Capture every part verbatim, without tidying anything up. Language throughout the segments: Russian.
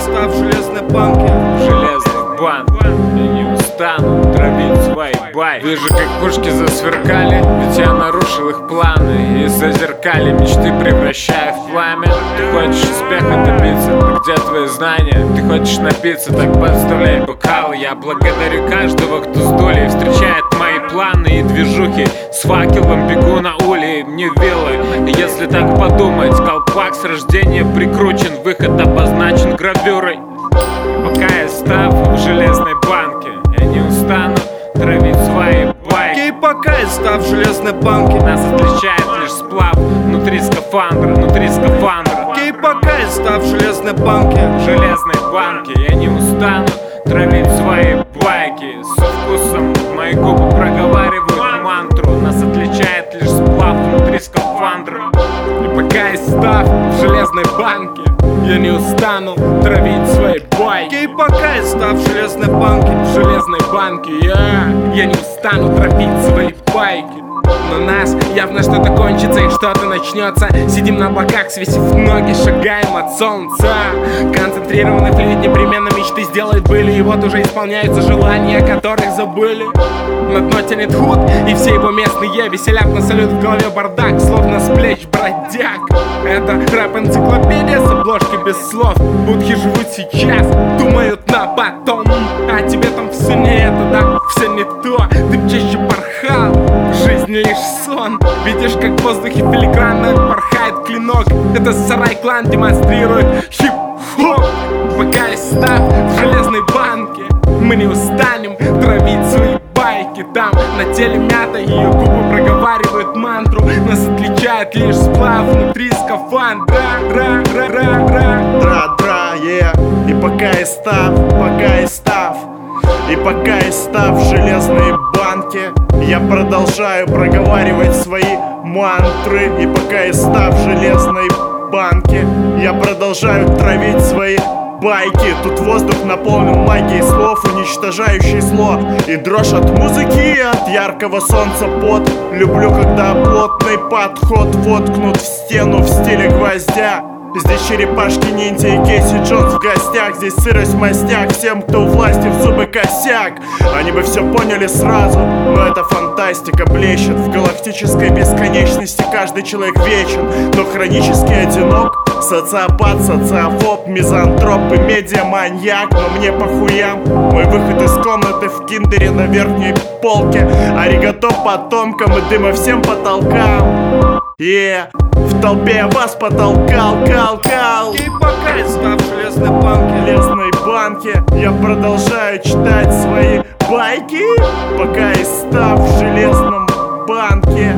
став в железной банке. Железный банк, я не устану травить свои байки. Вижу, как пушки засверкали, ведь я нарушил их планы. И зазеркали мечты, превращая в пламя. Ты хочешь успеха добиться, так где твои знания? Ты хочешь напиться, так подставляй бокал. Я благодарю каждого, кто с долей встречает мои планы и движухи. С факелом бегу на улей, мне виллы. Если так подумать, колпак с рождения прикручен, выход обозначен гравюрой. Пока я став в железной банке, я не устану травить свои байки. И пока я став в железной банке, нас отличает лишь сплав внутри скафандра, внутри скафандра. И пока я став в железной банке, в железной банке, я не устану травить свои байки. Со вкусом мои губы проговаривают мантру. Нас отличает лишь сплав внутри скафандра. И пока я став в железной банке, я не устану травить свои байки. И пока я став в железной банке, в железной банке, я, я не устану травить свои байки. Но нас явно что-то кончится и что-то начнется. Сидим на облаках, свесив ноги, шагаем от солнца. Концентрированный флюид непременно мечты сделать были. И вот уже исполняются желания, которых забыли. На дно тянет худ, и все его местные веселят на салют, в голове бардак, словно с плеч бродяг. Это рэп-энциклопедия с обложки без слов. Будхи живут сейчас, думают на потом. А тебе там все не это, да, все не то. Ты б чаще порхал, жизнь лишь сон. Видишь, как в воздухе филигранно порхает клинок. Это сарай-клан демонстрирует хип-хоп. Пока я став в железной банке, мы не устанем травить свои байки. Там на теле мята, ее губы проговаривают мантру. Нас отличает лишь сплав внутри скафандра. Ра-ра-ра-ра-ра. Дра-дра, е yeah. И пока я став, пока я став И пока я став в железной банке, я продолжаю проговаривать свои мантры. И пока я став в железной банке, я продолжаю травить свои байки. Тут воздух наполнен магией слов, уничтожающей зло. И дрожь от музыки, и от яркого солнца пот. Люблю, когда плотный подход воткнут в стену в стиле гвоздя. Здесь черепашки ниндзя и Кейси Джонс в гостях. Здесь сырость в мастях, всем, кто у власти, в зубы косяк. Они бы все поняли сразу, но это фантастика блещет. В галактической бесконечности каждый человек вечен, но хронически одинок. Социопат, социофоб, мизантроп и медиаманьяк. Но мне похуям, мой выход из комнаты в киндере на верхней полке. Аригато потомкам и дыма всем потолкам. Yeah. В толпе я вас потолкал, кал, кал. И пока я став в железной банке, в железной банке, я продолжаю читать свои байки. Пока я став в железном банке,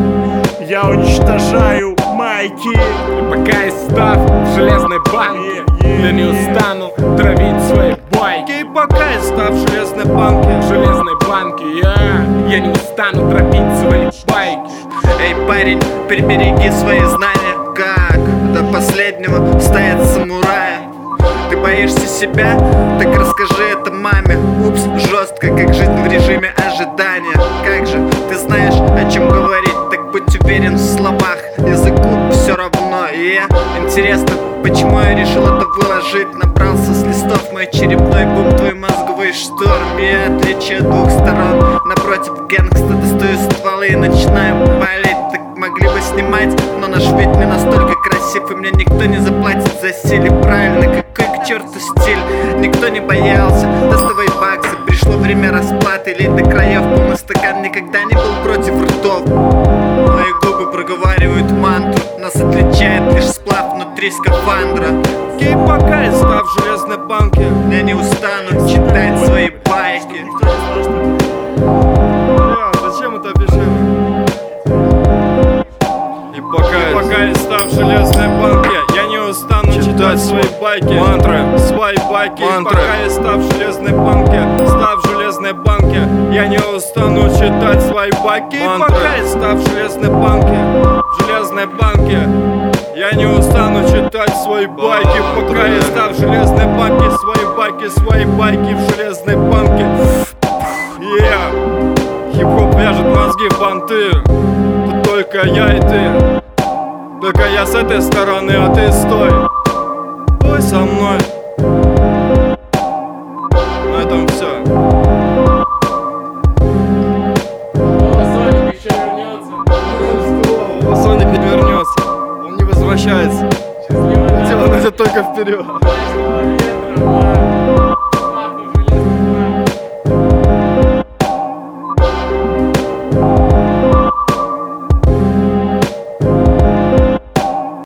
я уничтожаю майки. И пока я став в железной банке, yeah, yeah, я не устану травить свои байки. И пока я став в железной банке, в железной банке, я, я не устану травить свои байки. Эй, парень, прибереги свои знания. Как до последнего стоять самураем. Ты боишься себя? Так расскажи это маме. Упс, жестко, как жизнь в режиме ожидания. Как же, ты знаешь, о чем говорить. Так будь уверен в словах, языку все равно. И интересно, почему я решил это выложить. Набрался с листов мой черепной бум, твой мозговой шторм. И отличие двух сторон. Напротив гэнгста достаю стволы и начинаю палить. Так могли бы снимать, но наш вид не настолько красив. И мне никто не заплатит за стиль. Правильно, какой к черту стиль. Никто не боялся, доставай баксы. Пришло время расплаты, лить до краев полный стакан. Никогда не был против ртов. Мои губы проговаривают мантру. Нас отличает лишь сплав внутри скафандра. И пока я став в железной банке, я не устану читать свои байки. Бля, зачем это обещали? И пока, и пока я став в железной банке, я не устану читать свои байки. Мантры, свои байки. Мантры. И пока я став в железной банке, став в железной банке, я не устану читать свои байки. И Мантры. пока я став в железной банке, в железной банке, я не устану читать свои байки. Пока я став в железной банке, свои байки, свои байки в железной банке. Yeah. Хип-хоп вяжет мозги в банты. Тут только я и ты. Только я с этой стороны, а ты стой. Стой со мной. На этом все. Соник не вернется. Он не возвращается. Дело идет только вперед.